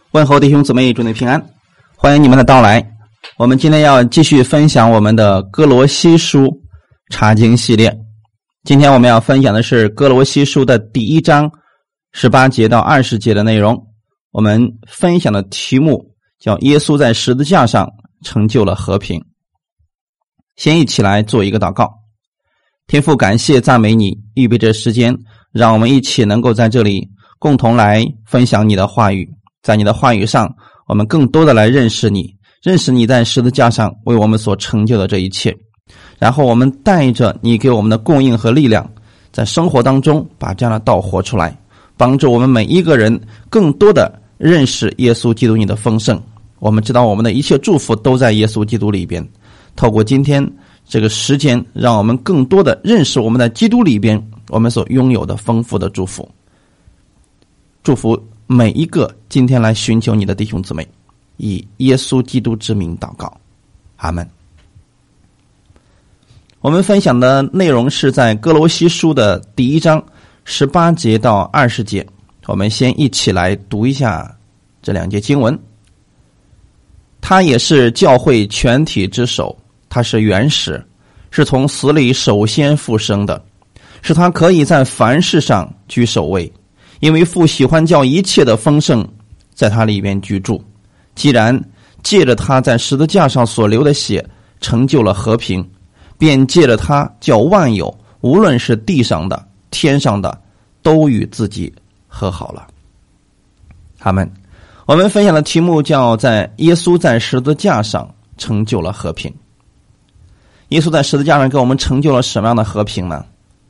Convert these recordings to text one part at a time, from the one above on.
问候弟兄姊妹，祝你平安，欢迎你们的到来。我们今天要继续分享我们的哥罗西书查经系列。今天我们要分享的是哥罗西书的第1章18节到20节的内容。我们分享的题目叫耶稣在十字架上成就了和平。先一起来做一个祷告。天父，感谢赞美你，预备这时间，让我们一起能够在这里共同来分享你的话语。在你的话语上，我们更多的来认识你，认识你在十字架上为我们所成就的这一切。然后我们带着你给我们的供应和力量，在生活当中把这样的道活出来，帮助我们每一个人更多的认识耶稣基督你的丰盛。我们知道我们的一切祝福都在耶稣基督里边。透过今天这个时间，让我们更多的认识我们在基督里边我们所拥有的丰富的祝福。祝福每一个今天来寻求你的弟兄姊妹，以耶稣基督之名祷告，阿们。我们分享的内容是在哥罗西书的第1章18节到20节。我们先一起来读一下这2节经文。他也是教会全体之首，他是原始，是从死里首先复生的，是他可以在凡事上居首位，因为父喜欢叫一切的丰盛在他里边居住。既然借着他在十字架上所流的血成就了和平，便借着他叫万有，无论是地上的天上的，都与自己和好了。阿们。我们分享的题目叫在耶稣在十字架上成就了和平。耶稣在十字架上给我们成就了什么样的和平呢？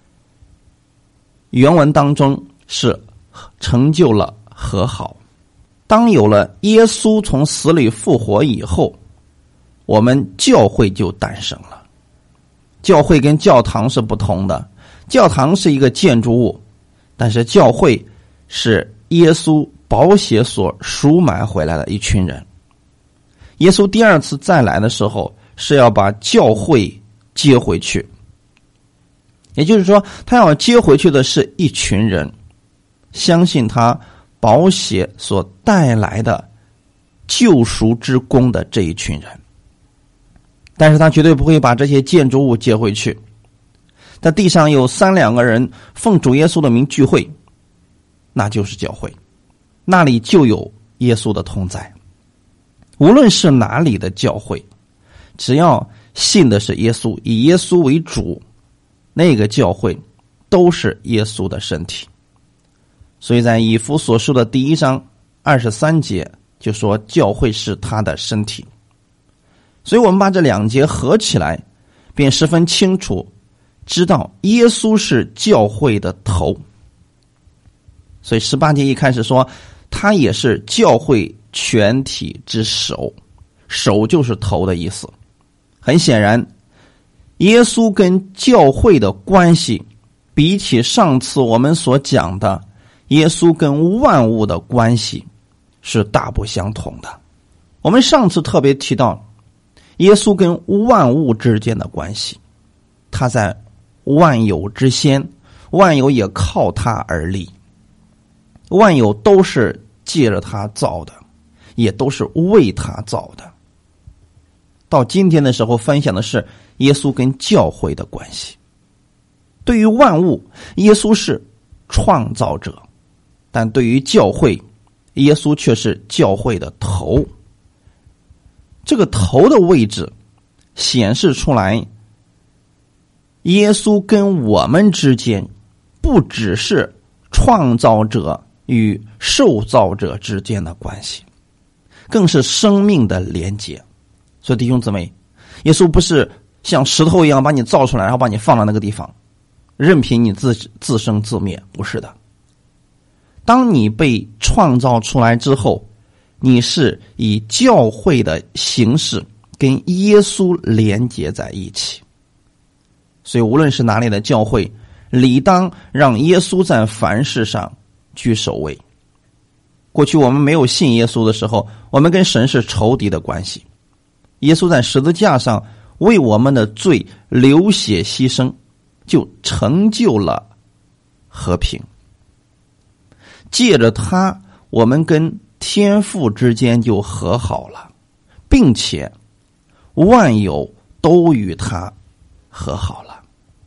原文当中是成就了和好。当有了耶稣从死里复活以后，我们教会就诞生了。教会跟教堂是不同的，教堂是一个建筑物，但是教会是耶稣宝血所赎买回来的一群人。耶稣第2次再来的时候，是要把教会接回去，也就是说他要接回去的是一群人，相信他宝血所带来的救赎之功的这一群人。但是他绝对不会把这些建筑物接回去。在地上有3-2个人奉主耶稣的名聚会，那就是教会，那里就有耶稣的同在。无论是哪里的教会，只要信的是耶稣，以耶稣为主，那个教会都是耶稣的身体。所以在以弗所书的第1章23节就说教会是他的身体。所以我们把这2节合起来，便十分清楚知道耶稣是教会的头。所以18节一开始说他也是教会全体之首，首就是头的意思。很显然，耶稣跟教会的关系比起上次我们所讲的耶稣跟万物的关系是大不相同的。我们上次特别提到耶稣跟万物之间的关系，他在万有之先，万有也靠他而立，万有都是借着他造的，也都是为他造的。到今天的时候分享的是耶稣跟教会的关系。对于万物，耶稣是创造者，但对于教会，耶稣却是教会的头。这个头的位置显示出来，耶稣跟我们之间不只是创造者与受造者之间的关系，更是生命的连结。所以弟兄姊妹，耶稣不是像石头一样把你造出来，然后把你放到那个地方，任凭你自生自灭，不是的。当你被创造出来之后，你是以教会的形式跟耶稣连结在一起。所以无论是哪里的教会，理当让耶稣在凡事上居首位。过去我们没有信耶稣的时候，我们跟神是仇敌的关系。耶稣在十字架上为我们的罪流血牺牲，就成就了和平。借着他，我们跟天父之间就和好了，并且万有都与他和好了。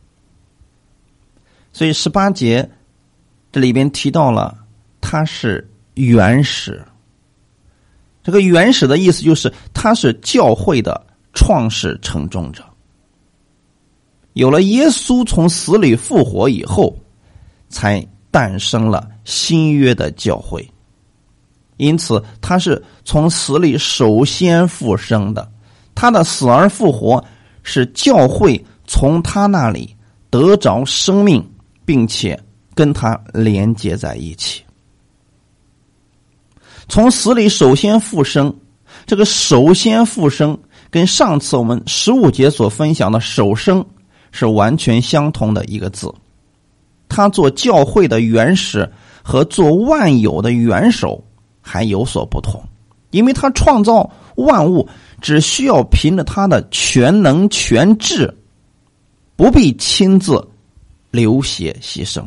所以18节这里边提到了他是原始，这个原始的意思就是他是教会的创始成终者。有了耶稣从死里复活以后，才诞生了新约的教会，因此他是从死里首先复生的，他的死而复活是教会从他那里得着生命，并且跟他连接在一起。从死里首先复生，这个首先复生跟上次我们15节所分享的首生是完全相同的一个字。他做教会的原始和做万有的元首还有所不同，因为他创造万物只需要凭着他的全能全智，不必亲自流血牺牲。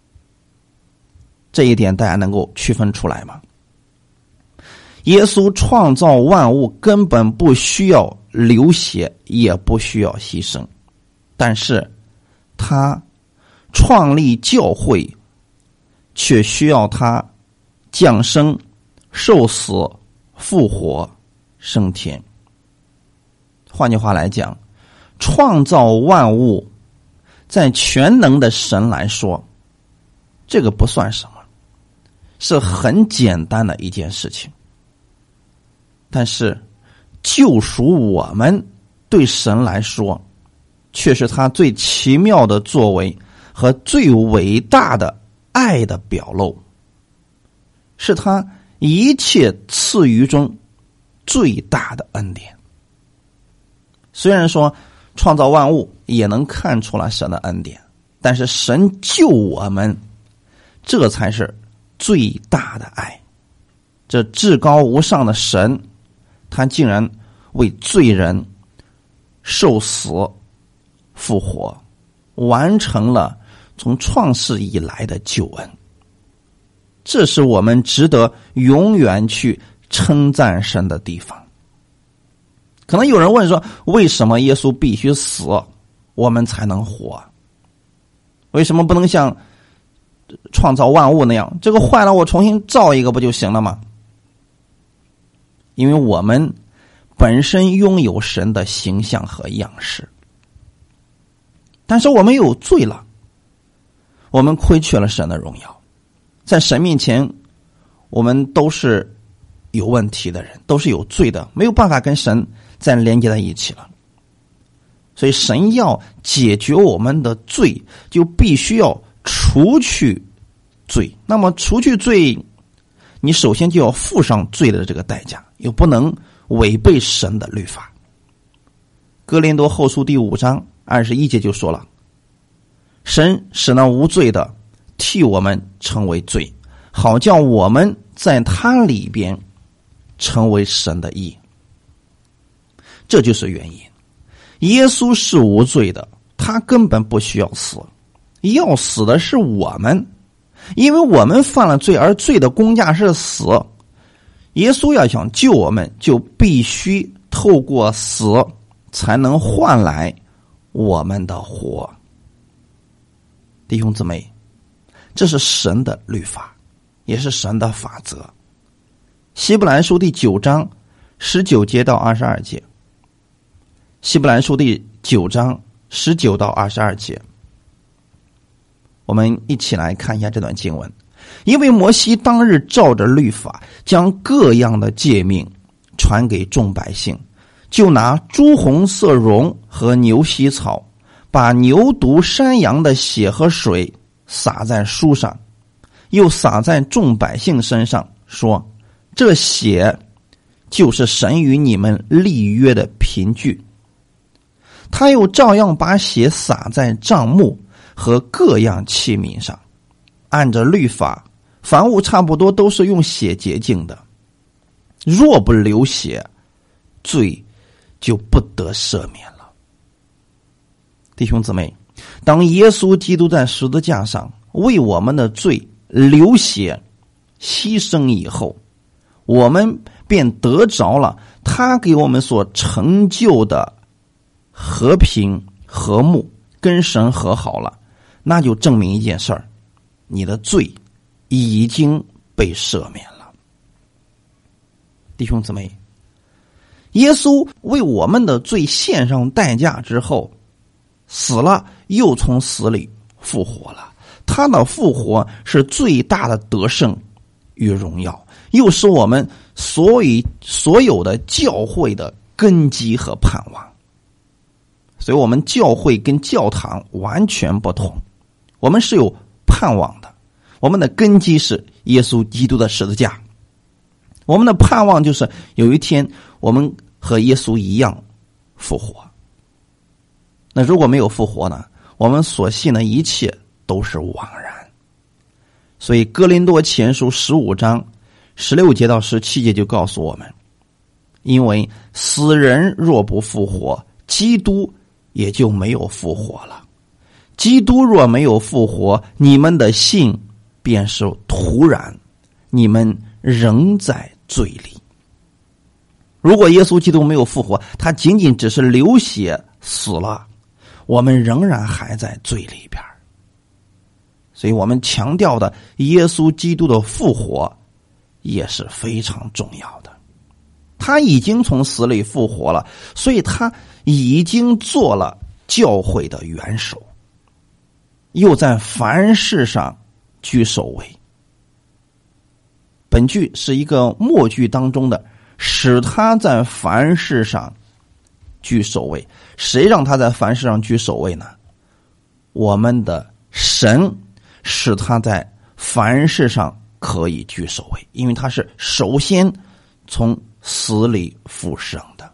这一点大家能够区分出来吗？耶稣创造万物根本不需要流血，也不需要牺牲，但是他创立教会却需要他降生、受死、复活、升天。换句话来讲，创造万物在全能的神来说，这个不算什么，是很简单的一件事情。但是救赎我们对神来说，却是他最奇妙的作为和最伟大的爱的表露，是他一切赐予中最大的恩典。虽然说创造万物也能看出来神的恩典，但是神救我们，这才是最大的爱。这至高无上的神，他竟然为罪人受死复活，完成了从创世以来的救恩。这是我们值得永远去称赞神的地方。可能有人问说，为什么耶稣必须死我们才能活？为什么不能像创造万物那样，这个坏了我重新造一个不就行了吗？因为我们本身拥有神的形象和样式，但是我们有罪了，我们亏缺了神的荣耀，在神面前我们都是有问题的人，都是有罪的，没有办法跟神再连接在一起了。所以神要解决我们的罪，就必须要除去罪。那么除去罪，你首先就要付上罪的这个代价，又不能违背神的律法。哥林多后书第5章21节就说了，神使那无罪的替我们成为罪，好叫我们在他里边成为神的义。这就是原因，耶稣是无罪的，他根本不需要死，要死的是我们，因为我们犯了罪，而罪的工价是死。耶稣要想救我们，就必须透过死才能换来我们的活。弟兄姊妹，这是神的律法，也是神的法则。希伯来书第9章19节到22节，希伯来书第9章19到22节，我们一起来看一下这段经文。因为摩西当日照着律法，将各样的诫命传给众百姓，就拿朱红色绒和牛膝草，把牛犊山羊的血和水洒在书上，又洒在众百姓身上，说：这血就是神与你们立约的凭据。他又照样把血洒在帐幕和各样器皿上。按着律法，凡物差不多都是用血洁净的，若不流血，罪就不得赦免了。弟兄姊妹，当耶稣基督在十字架上为我们的罪流血牺牲以后， 我们便得着了他给我们所成就的和平和睦，跟神和好了，那就证明一件事儿，你的罪已经被赦免了。弟兄姊妹，耶稣为我们的罪献上代价之后，死了，又从死里复活了。他的复活是最大的得胜与荣耀，又是我们所有的教会的根基和盼望。所以我们教会跟教堂完全不同，我们是有盼望的，我们的根基是耶稣基督的十字架，我们的盼望就是有一天我们和耶稣一样复活。那如果没有复活呢，我们所信的一切都是枉然。所以哥林多前书15章16节到17节就告诉我们，因为死人若不复活，基督也就没有复活了。基督若没有复活，你们的信便是徒然，你们仍在罪里。如果耶稣基督没有复活，他仅仅只是流血死了，我们仍然还在罪里边。所以我们强调的耶稣基督的复活也是非常重要的。他已经从死里复活了，所以他已经做了教会的元首，又在凡事上居首位。本句是一个末句当中的使他在凡事上居首位。谁让他在凡事上居首位呢？我们的神使他在凡事上可以居首位，因为他是首先从死里复生的。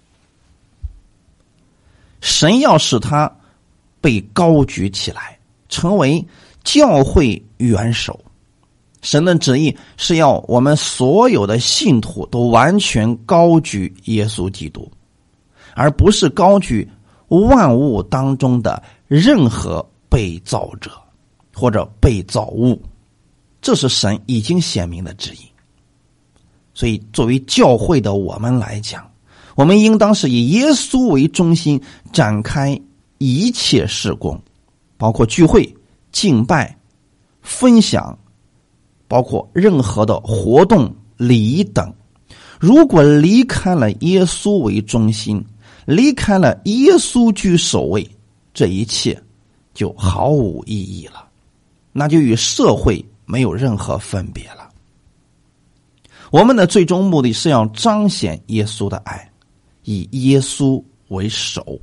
神要使他被高举起来，成为教会元首。神的旨意是要我们所有的信徒都完全高举耶稣基督，而不是高举万物当中的任何被造者或者被造物，这是神已经显明的旨意。所以作为教会的我们来讲，我们应当是以耶稣为中心展开一切事工，包括聚会、敬拜、分享，包括任何的活动、礼仪等。如果离开了耶稣为中心，离开了耶稣居首位，这一切就毫无意义了，那就与社会没有任何分别了。我们的最终目的是要彰显耶稣的爱，以耶稣为首。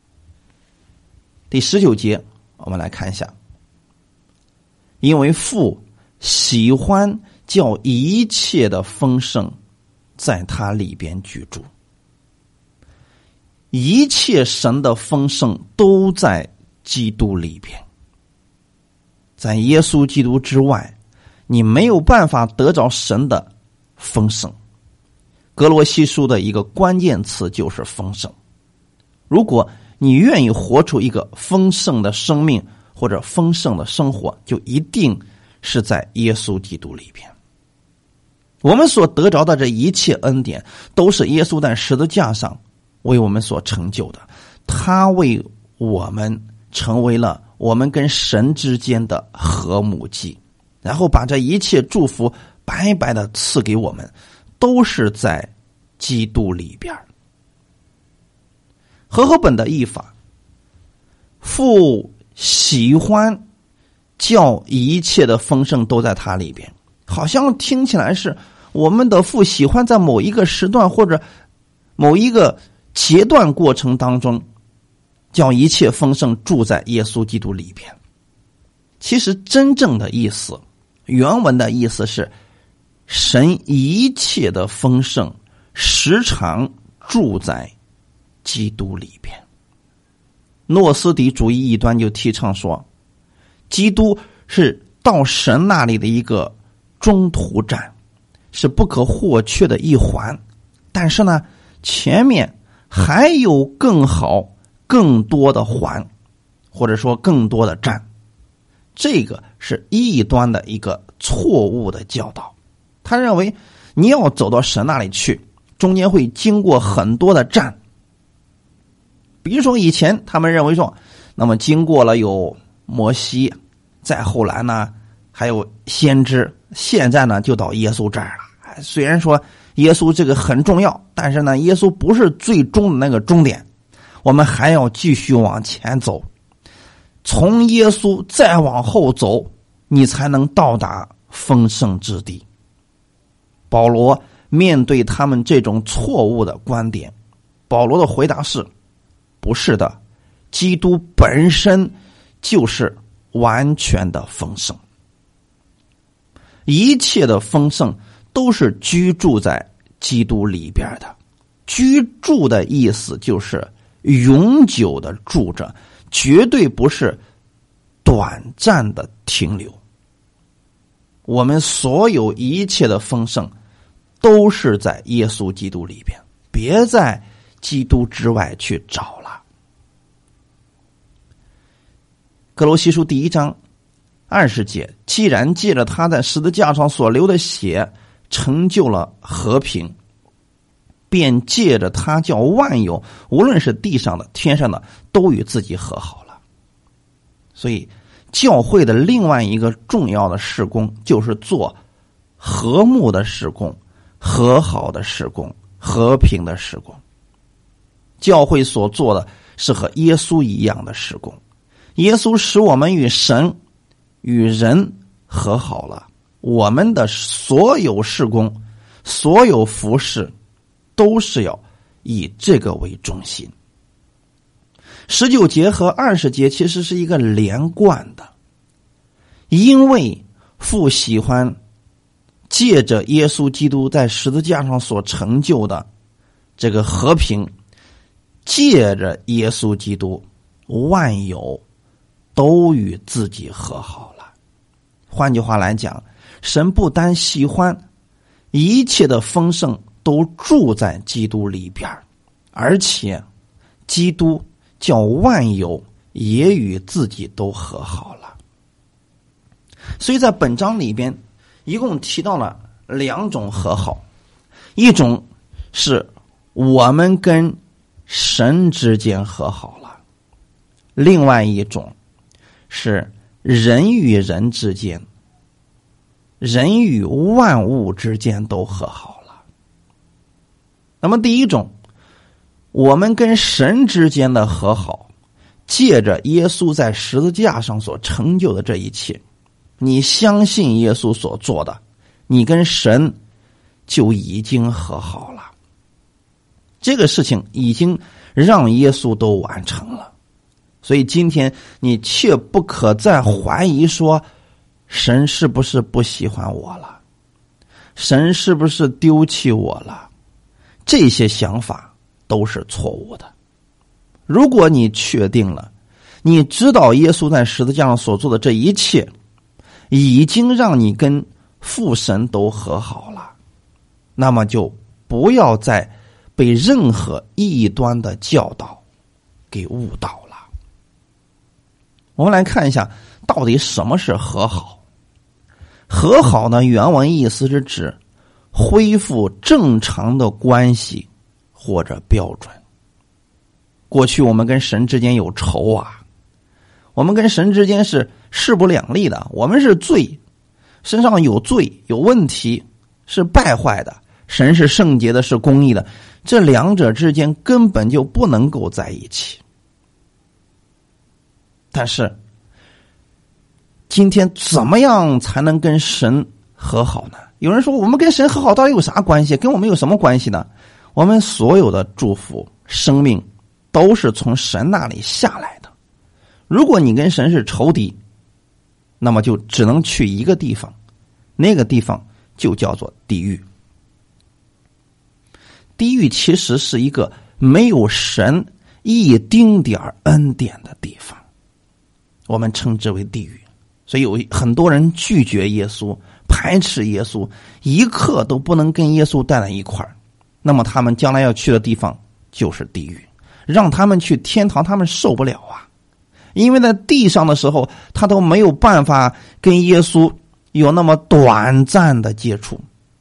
第19节我们来看一下，因为父喜欢叫一切的丰盛在他里边居住。一切神的丰盛都在基督里边，在耶稣基督之外，你没有办法得着神的丰盛。哥罗西书的一个关键词就是丰盛。如果你愿意活出一个丰盛的生命或者丰盛的生活，就一定是在耶稣基督里边。我们所得着的这一切恩典都是耶稣在十字架上为我们所成就的，他为我们成为了我们跟神之间的和睦祭，然后把这一切祝福白白的赐给我们，都是在基督里边。和合本的译法，父喜欢叫一切的丰盛都在他里边，好像听起来是我们的父喜欢在某一个时段或者某一个阶段过程当中叫一切丰盛住在耶稣基督里边。其实真正的意思，原文的意思是神一切的丰盛时常住在基督里边。诺斯底主义异端就提倡说，基督是到神那里的一个中途站，是不可或缺的一环，但是呢，前面还有更好更多的环，或者说更多的站。这个是异端的一个错误的教导。他认为你要走到神那里去，中间会经过很多的站。比如说以前他们认为说，那么经过了有摩西，再后来呢还有先知，现在呢就到耶稣这儿了。虽然说耶稣这个很重要，但是呢耶稣不是最终的那个终点，我们还要继续往前走，从耶稣再往后走，你才能到达丰盛之地。保罗面对他们这种错误的观点，保罗的回答是：不是的，基督本身就是完全的丰盛，一切的丰盛都是居住在基督里边的。居住的意思就是永久的住着，绝对不是短暂的停留。我们所有一切的丰盛都是在耶稣基督里边，别在基督之外去找了。哥罗西书第1章20节，既然借着他在十字架上所流的血成就了和平，便借着他叫万有，无论是地上的天上的，都与自己和好了。所以教会的另外一个重要的事工就是做和睦的事工、和好的事工、和平的事工。教会所做的是和耶稣一样的事工，耶稣使我们与神与人和好了。我们的所有事工、所有服事都是要以这个为中心。19节和20节其实是一个连贯的，因为父喜欢借着耶稣基督在十字架上所成就的这个和平，借着耶稣基督，万有都与自己和好了。换句话来讲，神不单喜欢一切的丰盛都住在基督里边，而且基督叫万有也与自己都和好了。所以在本章里边一共提到了2种和好，一种是我们跟神之间和好了，另外一种是人与人之间、人与万物之间都和好了。那么第一种，我们跟神之间的和好，借着耶稣在十字架上所成就的这一切，你相信耶稣所做的，你跟神就已经和好了。这个事情已经让耶稣都完成了。所以今天你切不可再怀疑说，神是不是不喜欢我了，神是不是丢弃我了，这些想法都是错误的。如果你确定了，你知道耶稣在十字架上所做的这一切已经让你跟父神都和好了，那么就不要再被任何异端的教导给误导了。我们来看一下到底什么是和好。和好呢，原文意思是指恢复正常的关系或者标准。过去我们跟神之间有仇啊，我们跟神之间是势不两立的，我们是罪，身上有罪有问题，是败坏的，神是圣洁的，是公义的，这两者之间根本就不能够在一起。但是今天怎么样才能跟神和好呢？有人说我们跟神和好到底有啥关系？跟我们有什么关系呢？我们所有的祝福生命都是从神那里下来的。如果你跟神是仇敌，那么就只能去一个地方，那个地方就叫做地狱。地狱其实是一个没有神一丁点恩典的地方，我们称之为地狱。所以有很多人拒绝耶稣，排斥耶稣，一刻都不能跟耶稣待在一块儿，那么他们将来要去的地方就是地狱。让他们去天堂，他们受不了啊！因为在地上的时候，他都没有办法跟耶稣有那么短暂的接触，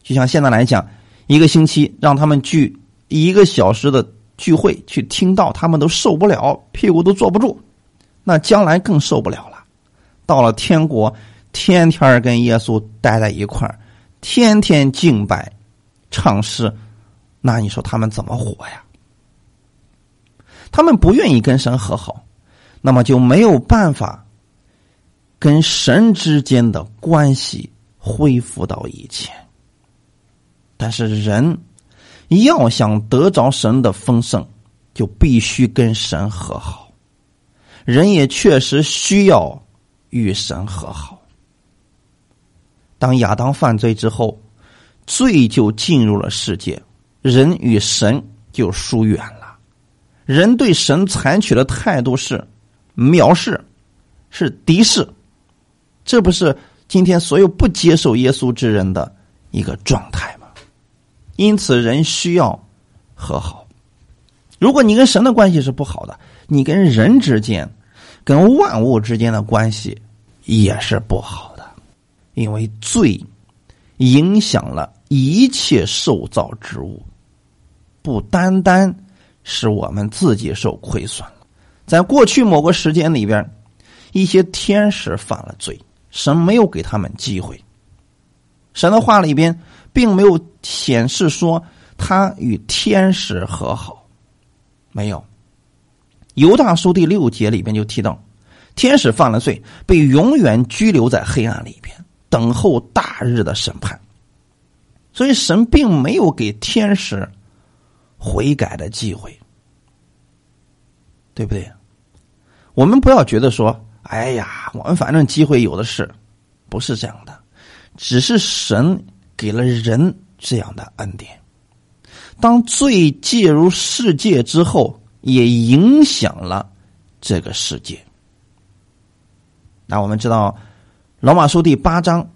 就像现在来讲，一个星期让他们聚1个小时的聚会去听道，他们都受不了，屁股都坐不住，那将来更受不了了。到了天国，天天跟耶稣待在一块儿，天天敬拜唱诗，那你说他们怎么活呀？他们不愿意跟神和好，那么就没有办法跟神之间的关系恢复到以前。但是人要想得着神的丰盛，就必须跟神和好。人也确实需要与神和好。当亚当犯罪之后，罪就进入了世界，人与神就疏远了。人对神采取的态度是藐视，是敌视，这不是今天所有不接受耶稣之人的一个状态吗？因此人需要和好。如果你跟神的关系是不好的，你跟人之间跟万物之间的关系也是不好的。因为罪影响了一切受造之物，不单单是我们自己受亏损了。在过去某个时间里边，一些天使犯了罪，神没有给他们机会。神的话里边并没有显示说他与天使和好，没有。犹大书第6节里边就提到，天使犯了罪，被永远拘留在黑暗里边，等候大日的审判。所以神并没有给天使悔改的机会，对不对？我们不要觉得说，哎呀，我们反正机会有的是，不是这样的，只是神给了人这样的恩典。当罪介入世界之后，也影响了这个世界。那我们知道罗马书第8章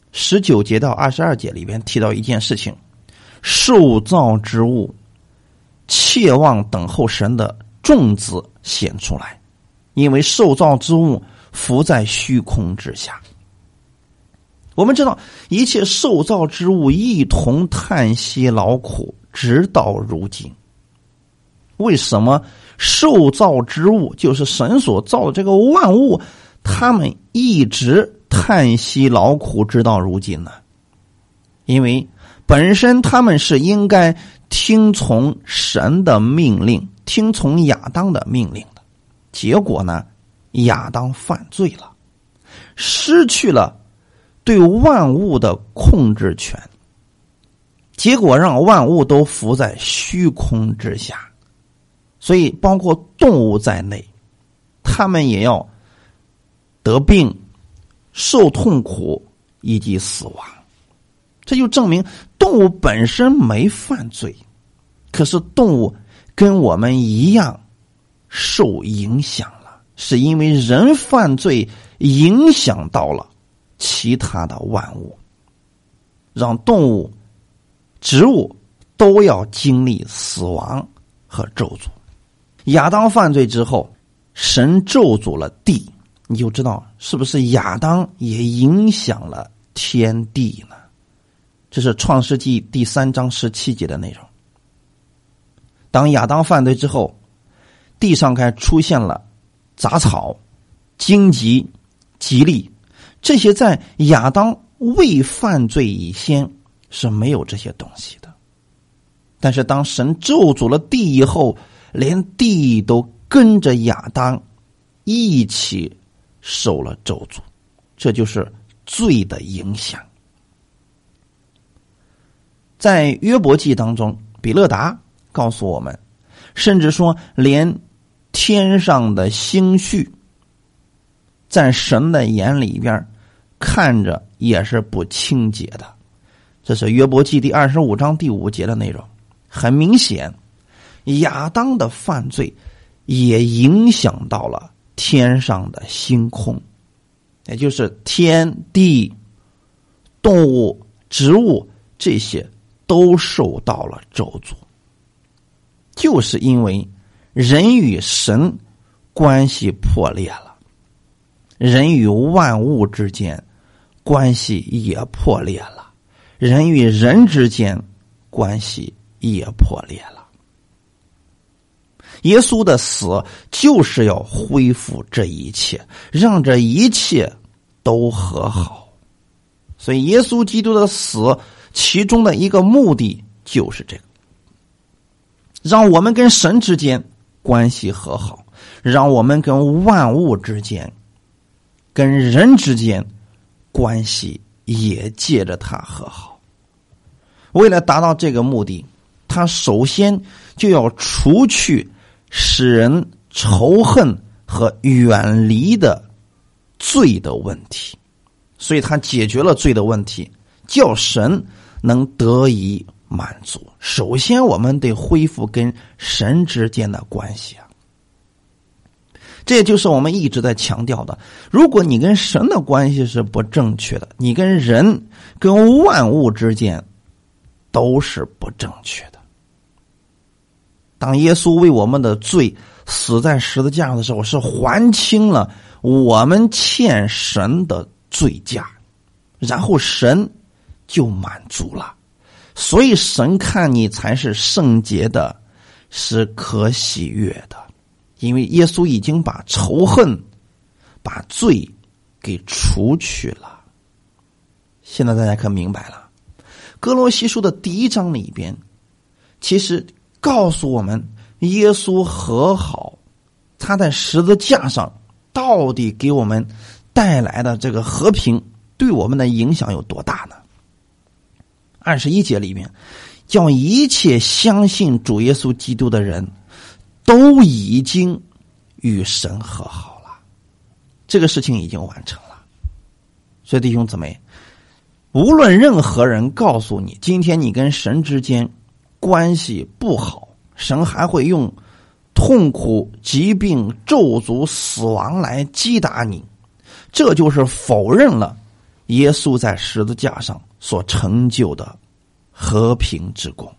19节到22节里边提到一件事情，受造之物切望等候神的种子显出来，因为受造之物伏在虚空之下。我们知道一切受造之物一同叹息劳苦，直到如今。为什么受造之物，就是神所造的这个万物，他们一直叹息劳苦直到如今呢？因为本身他们是应该听从神的命令，听从亚当的命令的。结果呢，亚当犯罪了，失去了对万物的控制权，结果让万物都伏在虚空之下。所以包括动物在内，他们也要得病、受痛苦以及死亡。这就证明动物本身没犯罪，可是动物跟我们一样受影响了，是因为人犯罪影响到了其他的万物，让动物、植物都要经历死亡和咒诅。亚当犯罪之后，神咒诅了地，你就知道是不是亚当也影响了天地呢？这是创世纪第3章17节的内容。当亚当犯罪之后，地上开始出现了杂草、荆棘、蒺藜，这些在亚当未犯罪以前是没有这些东西的。但是当神咒诅了地以后，连地都跟着亚当一起受了咒诅，这就是罪的影响。在约伯记当中，比勒达告诉我们，甚至说连天上的星序在神的眼里边看着也是不清洁的。这是约伯记第25章第5节的内容。很明显，亚当的犯罪也影响到了天上的星空，也就是天地、动物、植物，这些都受到了咒诅，就是因为人与神关系破裂了，人与万物之间关系也破裂了， 人与人之间关系也破裂了。耶稣的死就是要恢复这一切，让这一切都和好。所以耶稣基督的死其中的一个目的就是这个，让我们跟神之间关系和好，让我们跟万物之间跟人之间关系也借着他和好。为了达到这个目的，他首先就要除去使人仇恨和远离的罪的问题，所以他解决了罪的问题，叫神能得以满足。首先我们得恢复跟神之间的关系啊，这也就是我们一直在强调的，如果你跟神的关系是不正确的，你跟人跟万物之间都是不正确的。当耶稣为我们的罪死在十字架的时候，是还清了我们欠神的罪价，然后神就满足了。所以神看你才是圣洁的，是可喜悦的，因为耶稣已经把仇恨把罪给除去了。现在大家可明白了，哥罗西书的1章里边其实告诉我们耶稣和好，他在十字架上到底给我们带来的这个和平对我们的影响有多大呢？21节里面叫一切相信主耶稣基督的人都已经与神和好了，这个事情已经完成了。所以弟兄姊妹，无论任何人告诉你今天你跟神之间关系不好，神还会用痛苦、疾病、咒诅、死亡来击打你，这就是否认了耶稣在十字架上所成就的和平之功。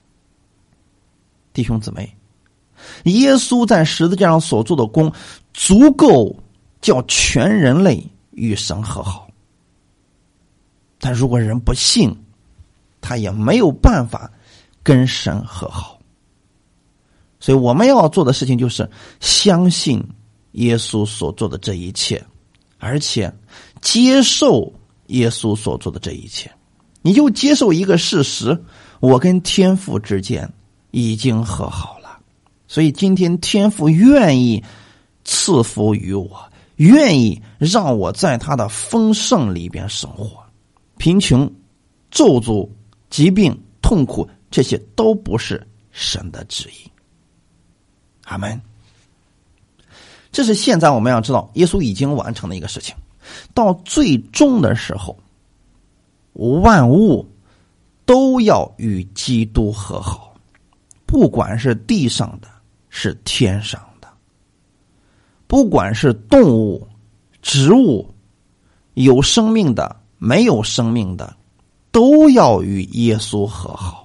弟兄姊妹，耶稣在十字架上所做的功足够叫全人类与神和好，但如果人不信，他也没有办法跟神和好。所以我们要做的事情就是相信耶稣所做的这一切，而且接受耶稣所做的这一切。你就接受一个事实，我跟天父之间已经和好了。所以今天天父愿意赐福于我，愿意让我在他的丰盛里边生活。贫穷、咒诅、疾病、痛苦，这些都不是神的旨意。阿们。这是现在我们要知道耶稣已经完成的一个事情。到最终的时候，万物都要与基督和好，不管是地上的是天上的，不管是动物、植物，有生命的没有生命的，都要与耶稣和好。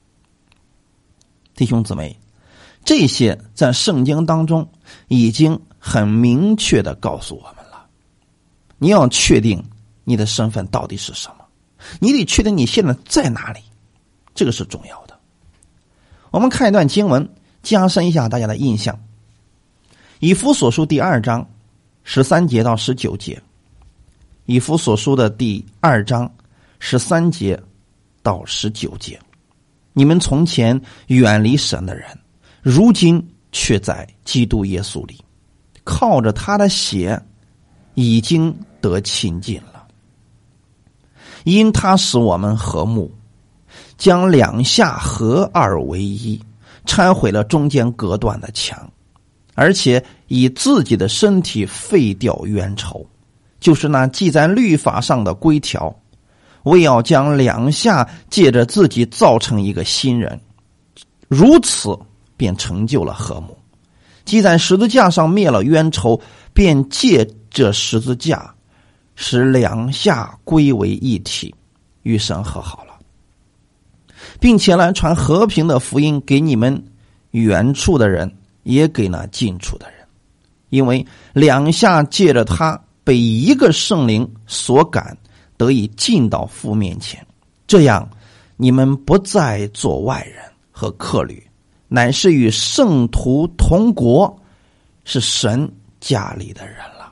弟兄姊妹，这些在圣经当中已经很明确的告诉我们了。你要确定你的身份到底是什么，你得确定你现在在哪里，这个是重要的。我们看一段经文，加深一下大家的印象。以弗所书2章13节到19节，以弗所书的2章13节到19节，你们从前远离神的人，如今却在基督耶稣里，靠着他的血已经得亲近了。因他使我们和睦，将两下合二为一，拆毁了中间隔断的墙，而且以自己的身体废掉冤仇，就是那记在律法上的规条，为要将两下借着自己造成一个新人，如此便成就了和睦。既在十字架上灭了冤仇，便借着十字架使两下归为一体，与神和好了，并且来传和平的福音给你们远处的人，也给那近处的人。因为两下借着他被一个圣灵所感，得以进到父面前， 这样你们不再做外人和客旅，乃是与圣徒同国，是神家里的人了。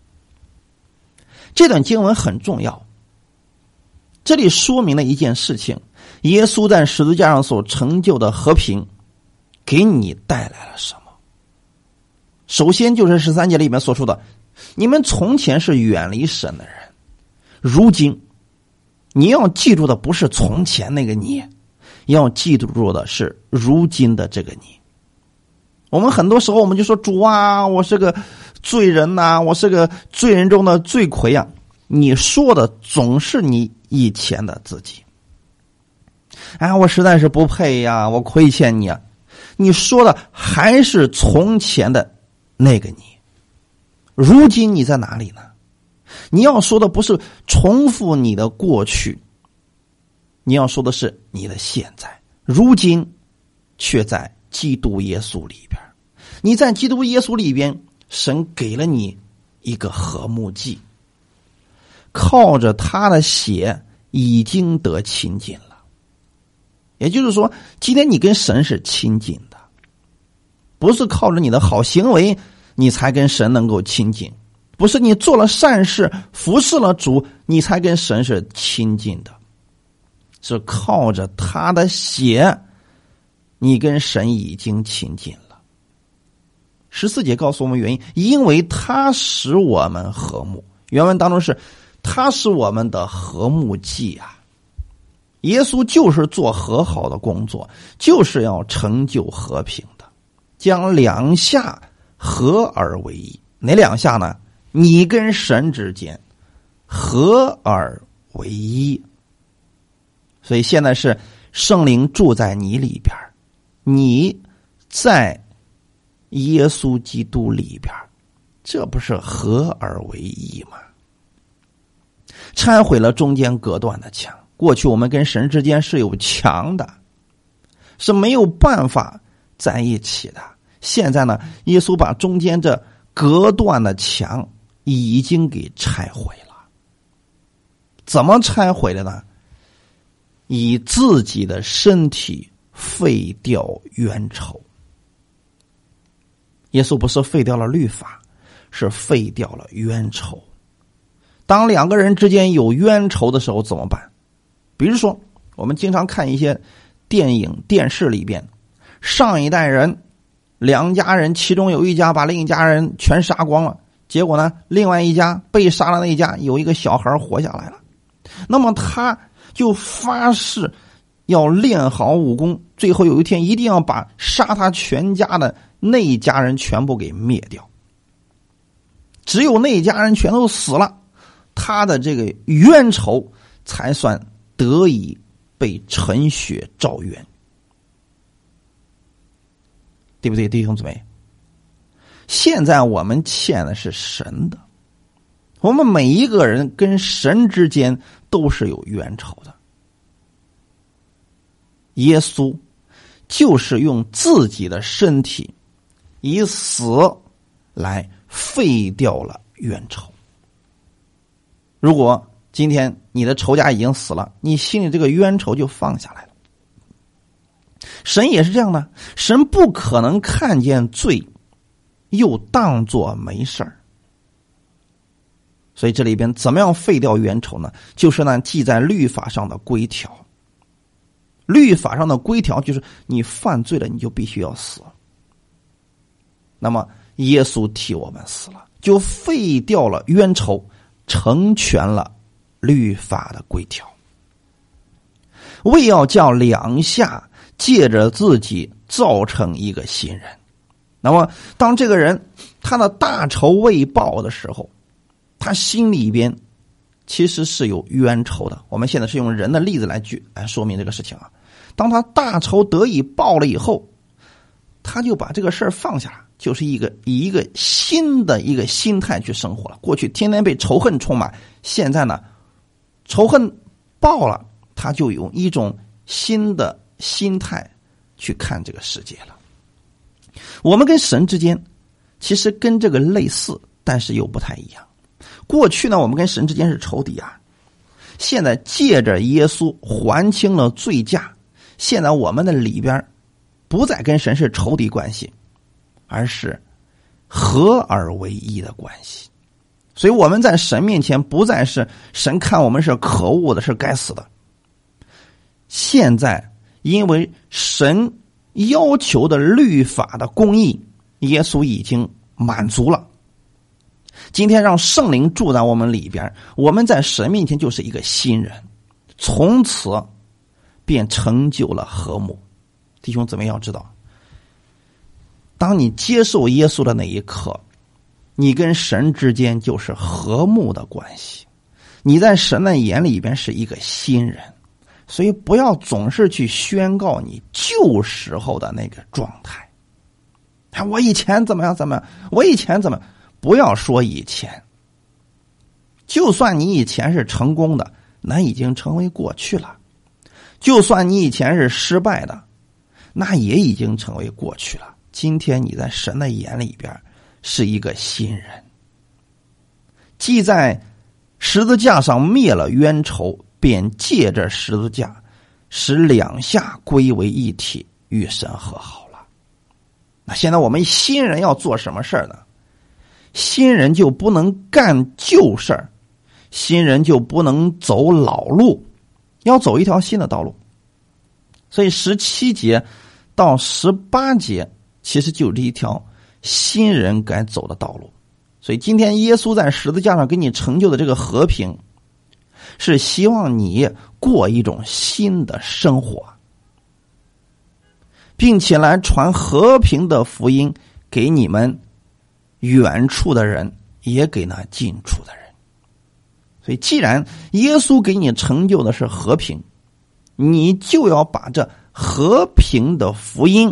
这段经文很重要，这里说明了一件事情，耶稣在十字架上所成就的和平给你带来了什么。首先就是13节里面所说的，你们从前是远离神的人，如今你要记住的不是从前那个你，要记住的是如今的这个你。我们很多时候我们就说，主啊，我是个罪人啊，我是个罪人中的罪魁啊。你说的总是你以前的自己。我实在是不配呀，我亏欠你啊。你说的还是从前的那个你。如今你在哪里呢？你要说的不是重复你的过去，你要说的是你的现在，如今却在基督耶稣里边。你在基督耶稣里边，神给了你一个和睦祭，靠着他的血已经得亲近了。也就是说，今天你跟神是亲近的，不是靠着你的好行为你才跟神能够亲近，不是你做了善事服侍了主你才跟神是亲近的，是靠着他的血你跟神已经亲近了。14节告诉我们原因，因为他使我们和睦。原文当中是他是我们的和睦祭啊。耶稣就是做和好的工作，就是要成就和平的，将两下合而为一。哪两下呢？你跟神之间合而为一。所以现在是圣灵住在你里边，你在耶稣基督里边，这不是合而为一吗？拆毁了中间隔断的墙。过去我们跟神之间是有墙的，是没有办法在一起的。现在呢，耶稣把中间这隔断的墙已经给拆毁了。怎么拆毁的呢？以自己的身体废掉冤仇。耶稣不是废掉了律法，是废掉了冤仇。当两个人之间有冤仇的时候怎么办？比如说我们经常看一些电影电视里边，上一代人两家人其中有一家把另一家人全杀光了，结果呢另外一家被杀的那一家有一个小孩活下来了，那么他就发誓要练好武功，最后有一天一定要把杀他全家的那一家人全部给灭掉。只有那一家人全都死了，他的这个冤仇才算得以被陈血照冤，对不对，弟兄姊妹？现在我们欠的是神的，我们每一个人跟神之间都是有冤仇的。耶稣就是用自己的身体以死来废掉了冤仇。如果今天你的仇家已经死了，你心里这个冤仇就放下来了。神也是这样的，神不可能看见罪又当作没事儿。所以这里边怎么样废掉冤仇呢？就是那记在律法上的规条。律法上的规条就是你犯罪了你就必须要死。那么耶稣替我们死了，就废掉了冤仇，成全了律法的规条，为要叫两下借着自己造成一个新人。那么当这个人他的大仇未报的时候，他心里边其实是有冤仇的。我们现在是用人的例子来说明这个事情啊。当他大仇得以报了以后，他就把这个事儿放下了，就是以一个新的一个心态去生活了。过去天天被仇恨充满，现在呢仇恨报了，他就有一种新的心态去看这个世界了。我们跟神之间其实跟这个类似，但是又不太一样。过去呢，我们跟神之间是仇敌啊， 现在借着耶稣还清了罪价，现在我们的里边不再跟神是仇敌关系，而是合而为一的关系。所以我们在神面前不再是神看我们是可恶的，是该死的。现在因为神要求的律法的公义，耶稣已经满足了。今天让圣灵住在我们里边，我们在神面前就是一个新人，从此便成就了和睦。弟兄姊妹要知道，当你接受耶稣的那一刻，你跟神之间就是和睦的关系，你在神的眼里边是一个新人。所以不要总是去宣告你旧时候的那个状态，我以前怎么样怎么样，我以前怎么样，不要说以前，就算你以前是成功的，那已经成为过去了；就算你以前是失败的，那也已经成为过去了。今天你在神的眼里边是一个新人，既在十字架上灭了冤仇，便借着十字架使两下归为一体，与神和好了。那现在我们新人要做什么事呢？新人就不能干旧事儿，新人就不能走老路，要走一条新的道路。所以17节到18节其实就是一条新人该走的道路。所以今天耶稣在十字架上给你成就的这个和平，是希望你过一种新的生活，并且来传和平的福音给你们远处的人，也给那近处的人。所以既然耶稣给你成就的是和平，你就要把这和平的福音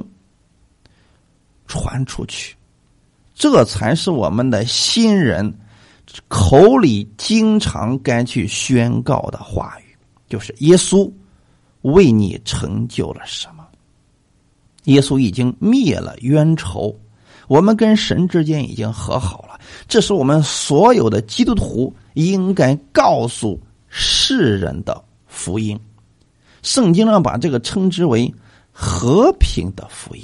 传出去，这才是我们的新人口里经常该去宣告的话语，就是耶稣为你成就了什么。耶稣已经灭了冤仇，我们跟神之间已经和好了，这是我们所有的基督徒应该告诉世人的福音。圣经上把这个称之为和平的福音。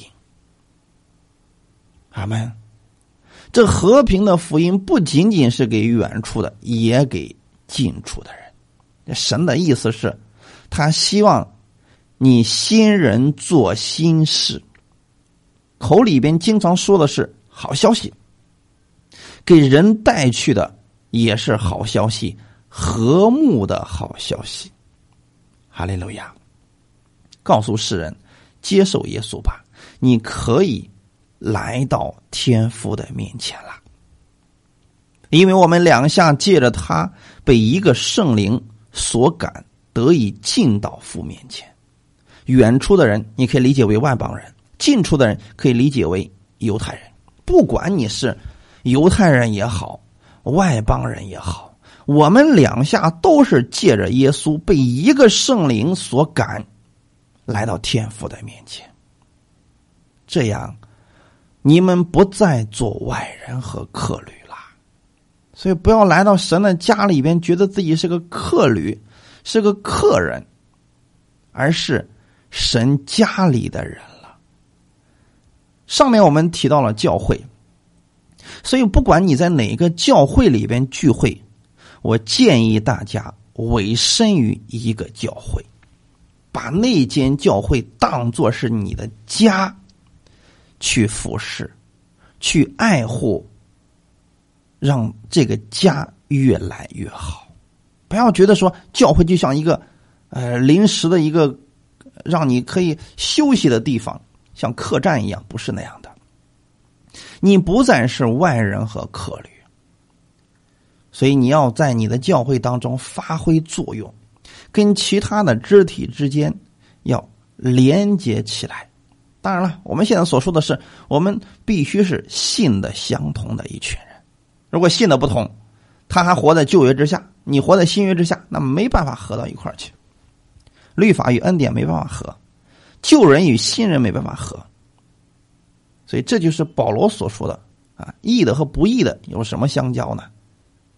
阿们。这和平的福音不仅仅是给远处的，也给近处的人。神的意思是，他希望你新人做新事，口里边经常说的是好消息，给人带去的也是好消息，和睦的好消息。哈利路亚！告诉世人，接受耶稣吧，你可以来到天父的面前了。因为我们两下借着他被一个圣灵所感，得以进到父面前。远处的人你可以理解为外邦人，近处的人可以理解为犹太人。不管你是犹太人也好，外邦人也好，我们两下都是借着耶稣被一个圣灵所感，来到天父的面前。这样你们不再做外人和客旅了。所以不要来到神的家里边觉得自己是个客旅，是个客人，而是神家里的人了。上面我们提到了教会，所以不管你在哪个教会里边聚会，我建议大家委身于一个教会，把那间教会当作是你的家，去服侍，去爱护，让这个家越来越好。不要觉得说教会就像一个临时的一个让你可以休息的地方，像客栈一样，不是那样的。你不再是外人和客旅，所以你要在你的教会当中发挥作用，跟其他的肢体之间要连接起来。当然了，我们现在所说的是，我们必须是信的相同的一群人。如果信的不同，他还活在旧约之下，你活在新约之下，那没办法合到一块儿去。律法与恩典没办法合，旧人与新人没办法合。所以这就是保罗所说的义的和不义的有什么相交呢？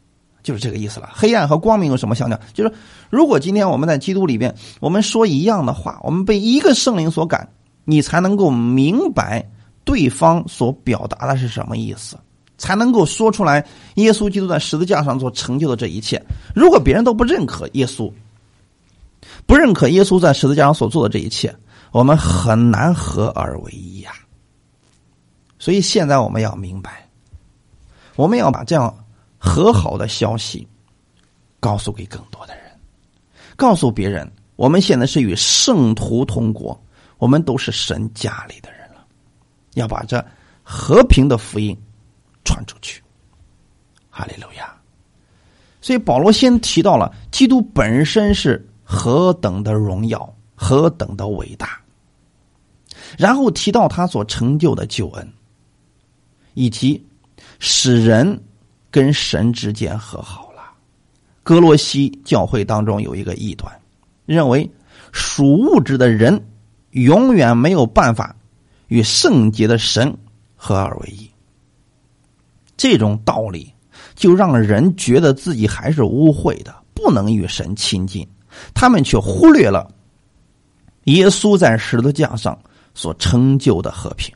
就是这个意思了。黑暗和光明有什么相像？就是如果今天我们在基督里边，我们说一样的话，我们被一个圣灵所感，你才能够明白对方所表达的是什么意思，才能够说出来耶稣基督在十字架上所成就的这一切。如果别人都不认可耶稣，不认可耶稣在十字架上所做的这一切，我们很难合而为一呀。所以现在我们要明白，我们要把这样和好的消息告诉给更多的人，告诉别人我们现在是与圣徒同国，我们都是神家里的人了，要把这和平的福音传出去。哈利路亚。所以保罗先提到了基督本身是何等的荣耀，何等的伟大，然后提到他所成就的救恩，以及使人跟神之间和好了。哥罗西教会当中有一个异端，认为属物质的人永远没有办法与圣洁的神合二为一。这种道理就让人觉得自己还是污秽的，不能与神亲近，他们却忽略了耶稣在十字架上所成就的和平。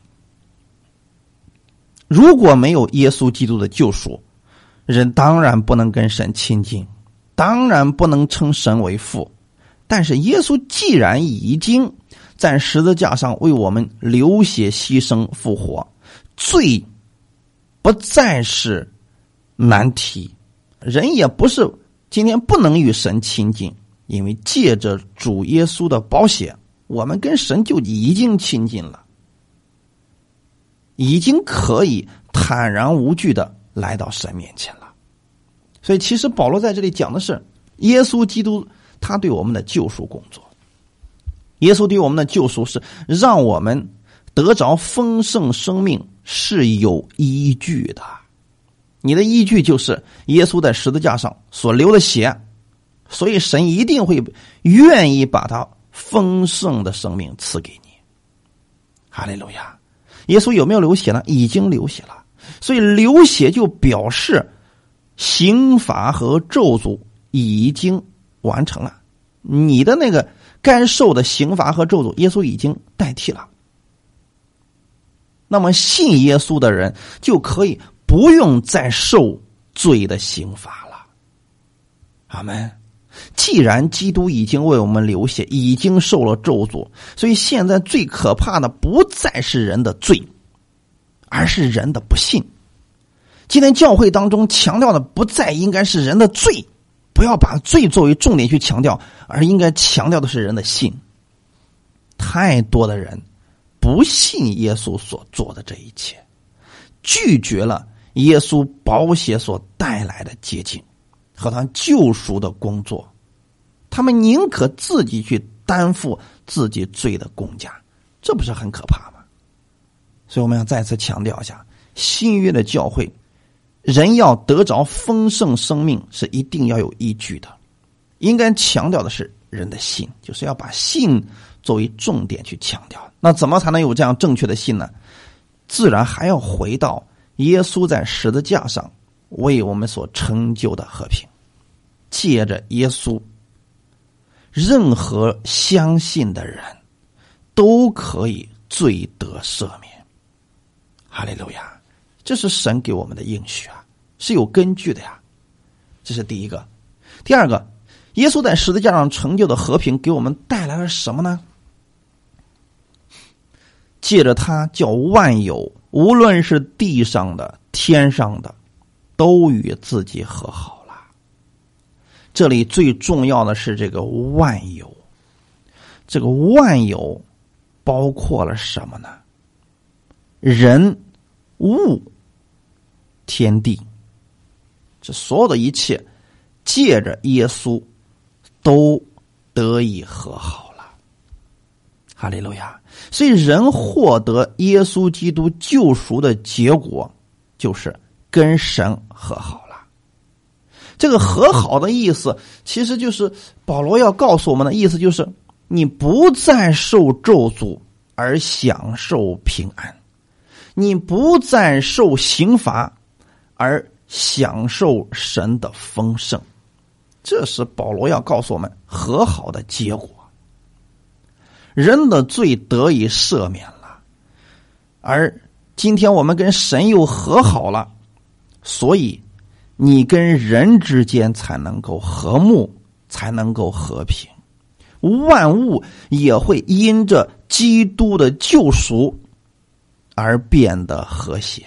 如果没有耶稣基督的救赎，人当然不能跟神亲近，当然不能称神为父。但是耶稣既然已经在十字架上为我们流血牺牲复活，罪不再是难题，人也不是今天不能与神亲近，因为借着主耶稣的宝血，我们跟神就已经亲近了，已经可以坦然无惧的来到神面前了。所以其实保罗在这里讲的是耶稣基督他对我们的救赎工作。耶稣对我们的救赎是让我们得着丰盛生命，是有依据的。你的依据就是耶稣在十字架上所流的血，所以神一定会愿意把他丰盛的生命赐给你。哈利路亚。耶稣有没有流血呢？已经流血了。所以流血就表示刑罚和咒诅已经完成了，你的那个该受的刑罚和咒诅耶稣已经代替了。那么信耶稣的人就可以不用再受罪的刑罚了。阿们。既然基督已经为我们流血，已经受了咒诅，所以现在最可怕的不再是人的罪，而是人的不信。今天教会当中强调的不再应该是人的罪，不要把罪作为重点去强调，而应该强调的是人的信。太多的人不信耶稣所做的这一切，拒绝了耶稣宝血所带来的洁净和他救赎的工作，他们宁可自己去担负自己罪的公价，这不是很可怕吗？所以我们要再次强调一下，新约的教会人要得着丰盛生命是一定要有依据的，应该强调的是人的信，就是要把信作为重点去强调。那怎么才能有这样正确的信呢？自然还要回到耶稣在十字架上为我们所成就的和平。借着耶稣，任何相信的人都可以罪得赦免。哈利路亚。这是神给我们的应许啊，是有根据的呀。这是第一个。第二个，耶稣在十字架上成就的和平给我们带来了什么呢？借着他叫万有，无论是地上的天上的，都与自己和好了。这里最重要的是这个万有。这个万有包括了什么呢？人、物、天地，这所有的一切借着耶稣都得以和好了。哈利路亚。所以人获得耶稣基督救赎的结果就是跟神和好了。这个和好的意思其实就是保罗要告诉我们的意思，就是你不再受咒诅而享受平安，你不再受刑罚而享受神的丰盛。这是保罗要告诉我们和好的结果。人的罪得以赦免了，而今天我们跟神又和好了，所以你跟人之间才能够和睦，才能够和平。万物也会因着基督的救赎而变得和谐。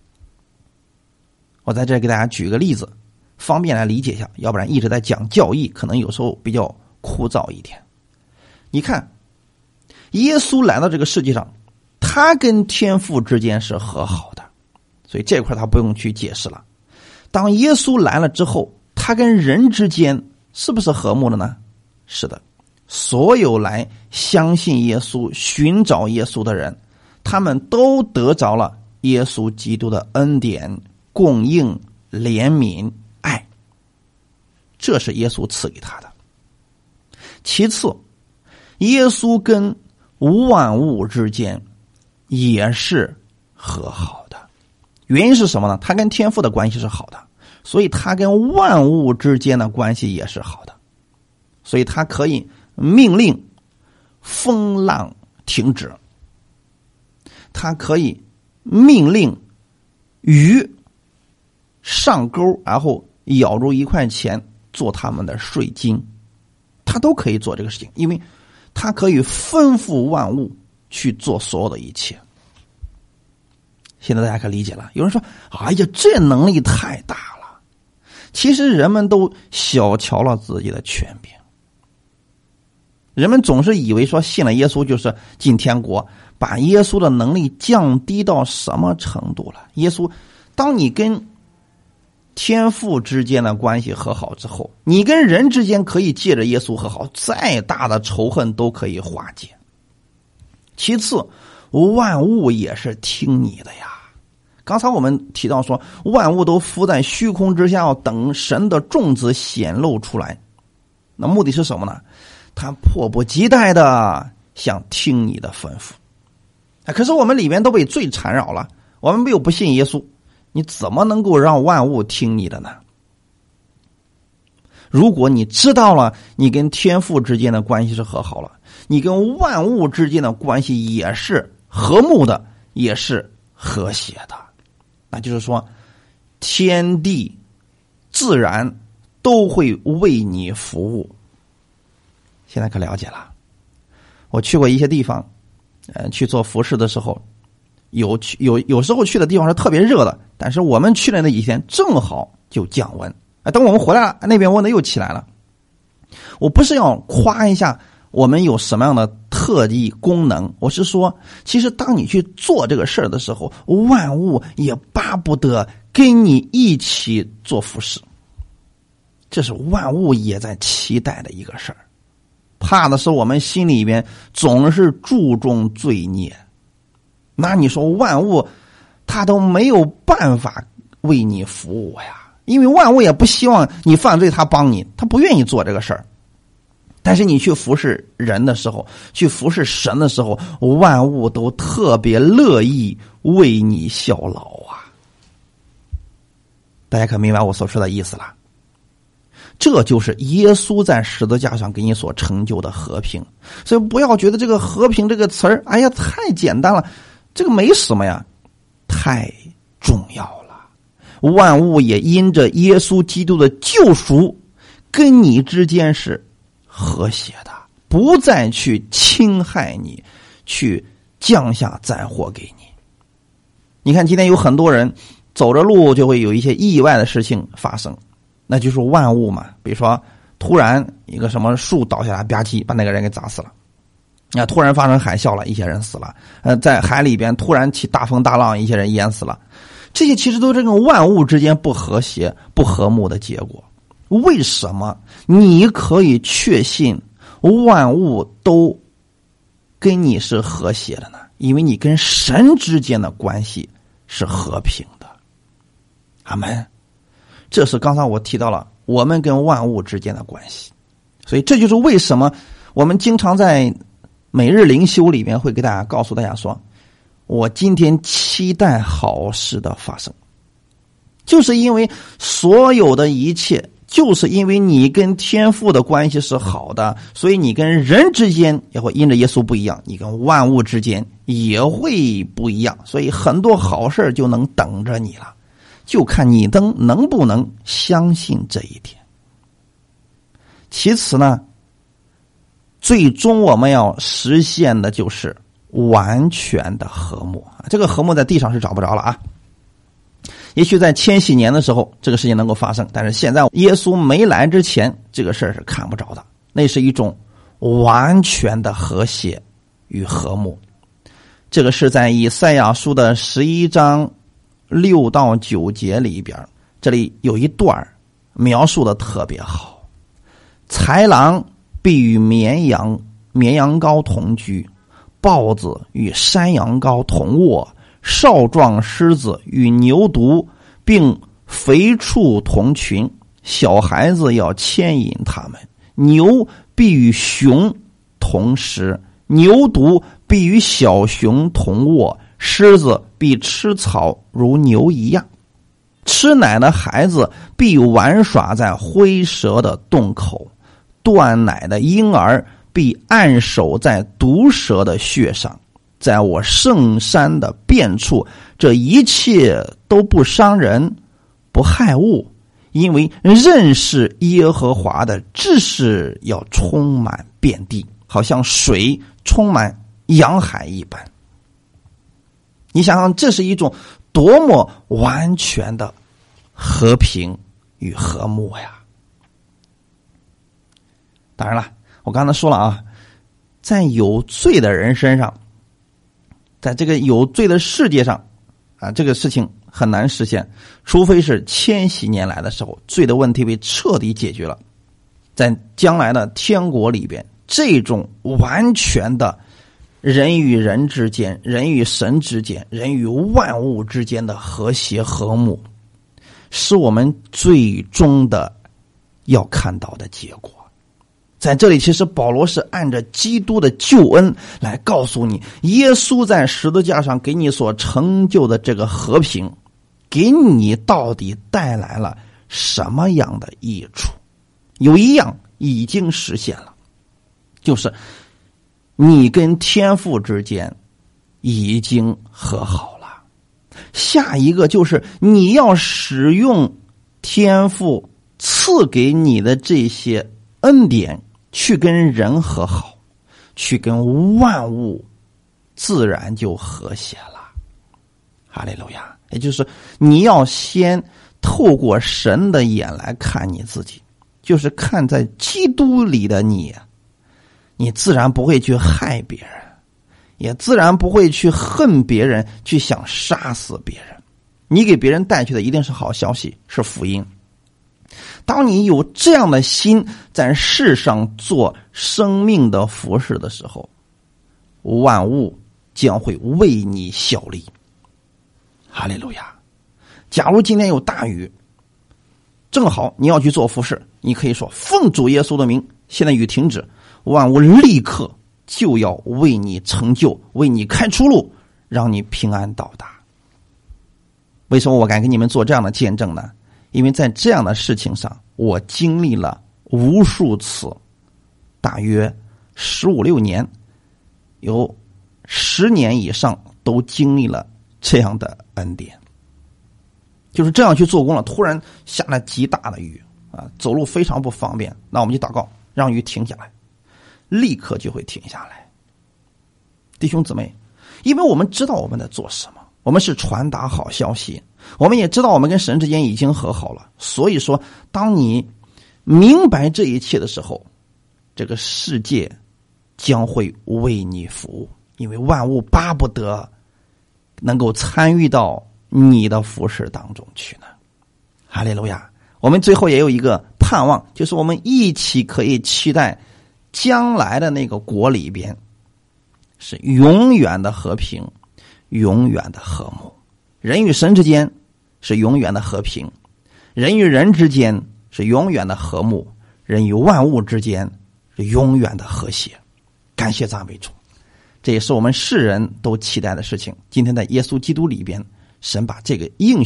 我在这给大家举个例子，方便来理解一下，要不然一直在讲教义，可能有时候比较枯燥一点。你看，耶稣来到这个世界上，他跟天父之间是和好的，所以这块他不用去解释了。当耶稣来了之后，他跟人之间是不是和睦的呢？是的，所有来相信耶稣、寻找耶稣的人，他们都得着了耶稣基督的恩典、供应、怜悯、爱，这是耶稣赐给他的。其次，耶稣跟万物之间也是和好的。原因是什么呢？他跟天父的关系是好的，所以他跟万物之间的关系也是好的。所以他可以命令风浪停止，他可以命令鱼上钩，然后咬住一块钱做他们的税金，他都可以做这个事情，因为他可以吩咐万物去做所有的一切。现在大家可理解了。有人说，哎呀，这能力太大了。其实人们都小瞧了自己的权柄。人们总是以为说信了耶稣就是进天国，把耶稣的能力降低到什么程度了？耶稣，当你跟天父之间的关系和好之后，你跟人之间可以借着耶稣和好，再大的仇恨都可以化解。其次，万物也是听你的呀。刚才我们提到说，万物都伏在虚空之下，要等神的种子显露出来。那目的是什么呢？他迫不及待的想听你的吩咐。可是我们里面都被罪缠绕了，我们又不信耶稣，你怎么能够让万物听你的呢？如果你知道了你跟天父之间的关系是和好了，你跟万物之间的关系也是和睦的，也是和谐的，那就是说天地自然都会为你服务。现在可了解了。我去过一些地方，去做服侍的时候，有时候去的地方是特别热的，但是我们去的那几天正好就降温。等我们回来了，那边温度又起来了。我不是要夸一下我们有什么样的特异功能，我是说，其实当你去做这个事儿的时候，万物也巴不得跟你一起做服侍，这是万物也在期待的一个事儿。怕的是我们心里边总是注重罪孽，那你说万物他都没有办法为你服务呀，因为万物也不希望你犯罪他帮你，他不愿意做这个事儿。但是你去服侍人的时候，去服侍神的时候，万物都特别乐意为你效劳啊。大家可明白我所说的意思了？这就是耶稣在十字架上给你所成就的和平。所以不要觉得这个和平这个词儿，哎呀，太简单了，这个没什么呀，太重要了。万物也因着耶稣基督的救赎，跟你之间是和谐的，不再去侵害你，去降下灾祸给你。你看今天有很多人走着路就会有一些意外的事情发生，那就是万物嘛。比如说突然一个什么树倒下来吧唧把那个人给砸死了，突然发生海啸了，一些人死了，在海里边突然起大风大浪，一些人淹死了。这些其实都是这种万物之间不和谐不和睦的结果。为什么你可以确信万物都跟你是和谐的呢？因为你跟神之间的关系是和平的。阿们。这是刚才我提到了我们跟万物之间的关系。所以这就是为什么我们经常在每日灵修里面会给大家告诉大家说，我今天期待好事的发生。 就是因为所有的一切，就是因为你跟天父的关系是好的，所以你跟人之间也会因着耶稣不一样，你跟万物之间也会不一样，所以很多好事就能等着你了，就看你能不能相信这一点。其次呢，最终我们要实现的就是完全的和睦。这个和睦在地上是找不着了啊。也许在千禧年的时候这个事情能够发生，但是现在耶稣没来之前这个事儿是看不着的。那是一种完全的和谐与和睦。这个是在以赛亚书的11章6到9节里边，这里有一段描述的特别好。豺狼必与绵羊羔同居，豹子与山羊羔同卧，少壮狮子与牛犊并肥畜同群，小孩子要牵引他们。牛必与熊同食，牛犊必与小熊同卧，狮子必吃草如牛一样。吃奶的孩子必玩耍在灰蛇的洞口，断奶的婴儿必按手在毒蛇的穴上。在我圣山的遍处，这一切都不伤人不害物，因为认识耶和华的知识要充满遍地，好像水充满洋海一般。你想想，这是一种多么完全的和平与和睦呀！当然了，我刚才说了啊，在有罪的人身上，在这个有罪的世界上啊，这个事情很难实现，除非是千禧年来的时候，罪的问题被彻底解决了。在将来的天国里边，这种完全的人与人之间、人与神之间、人与万物之间的和谐和睦，是我们最终的要看到的结果。在这里，其实保罗是按着基督的救恩来告诉你，耶稣在十字架上给你所成就的这个和平，给你到底带来了什么样的益处。有一样已经实现了，就是你跟天父之间已经和好了。下一个就是你要使用天父赐给你的这些恩典去跟人和好，去跟万物自然就和谐了。哈利路亚！也就是你要先透过神的眼来看你自己，就是看在基督里的你，你自然不会去害别人，也自然不会去恨别人，去想杀死别人。你给别人带去的一定是好消息，是福音。当你有这样的心在世上做生命的服事的时候，万物将会为你效力。哈利路亚！假如今天有大雨，正好你要去做服事，你可以说奉主耶稣的名，现在雨停止，万物立刻就要为你成就，为你开出路，让你平安到达。为什么我敢给你们做这样的见证呢？因为在这样的事情上，我经历了无数次，大约15-16年，有10年以上都经历了这样的恩典。就是这样去做工了，突然下了极大的雨啊，走路非常不方便，那我们就祷告让雨停下来，立刻就会停下来。弟兄姊妹，因为我们知道我们在做什么，我们是传达好消息，我们也知道我们跟神之间已经和好了，所以说当你明白这一切的时候，这个世界将会为你服务，因为万物巴不得能够参与到你的服事当中去呢。哈利路亚！我们最后也有一个盼望，就是我们一起可以期待将来的那个国里边是永远的和平，永远的和睦。人与神之间是永远的和平，人与人之间是永远的和睦，人与万物之间是永远的和谐。感谢赞美主，这也是我们世人都期待的事情。今天在耶稣基督里边，神把这个应许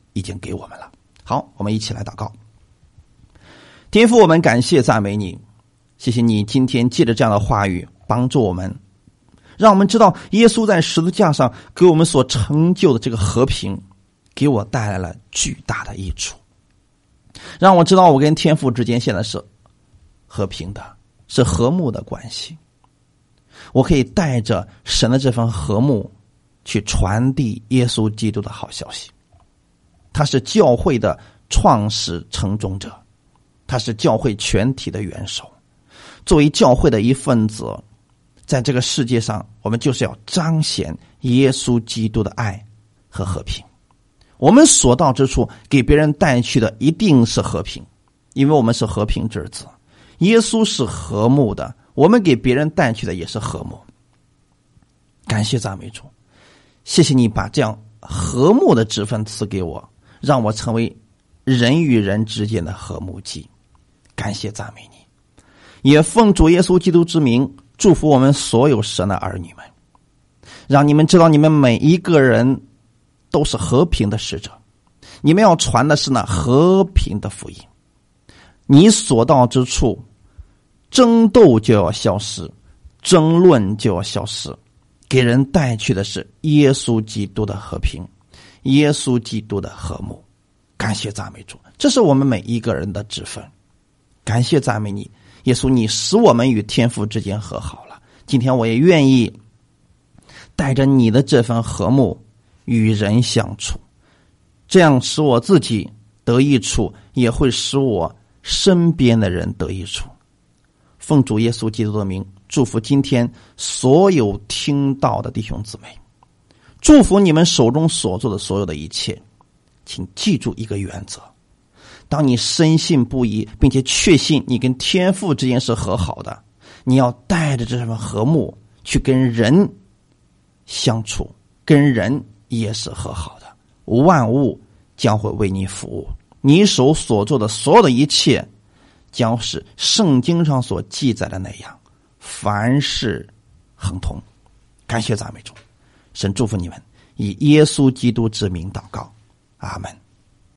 已经给我们了。好，我们一起来祷告。天父，我们感谢赞美你，谢谢你今天借着这样的话语帮助我们，让我们知道耶稣在十字架上给我们所成就的这个和平，给我带来了巨大的益处，让我知道我跟天父之间现在是和平的，是和睦的关系。我可以带着神的这份和睦去传递耶稣基督的好消息。他是教会的创始成终者，他是教会全体的元首。作为教会的一份子，在这个世界上，我们就是要彰显耶稣基督的爱和和平。我们所到之处给别人带去的一定是和平，因为我们是和平之子。耶稣是和睦的，我们给别人带去的也是和睦。感谢赞美主，谢谢你把这样和睦的职分赐给我，让我成为人与人之间的和睦剂。感谢赞美你，也奉主耶稣基督之名祝福我们所有神的儿女们，让你们知道你们每一个人都是和平的使者，你们要传的是那和平的福音。你所到之处，争斗就要消失，争论就要消失，给人带去的是耶稣基督的和平，耶稣基督的和睦。感谢赞美主，这是我们每一个人的职分。感谢赞美你，耶稣，你使我们与天父之间和好了。今天我也愿意带着你的这份和睦与人相处，这样使我自己得益处，也会使我身边的人得益处。奉主耶稣基督的名，祝福今天所有听到的弟兄姊妹，祝福你们手中所做的所有的一切。请记住一个原则，当你深信不疑并且确信你跟天父之间是和好的，你要带着这份和睦去跟人相处，跟人也是和好的，万物将会为你服务。你手所做的所有的一切将是圣经上所记载的那样，凡事亨通。感谢赞美主，神祝福你们，以耶稣基督之名祷告，阿们。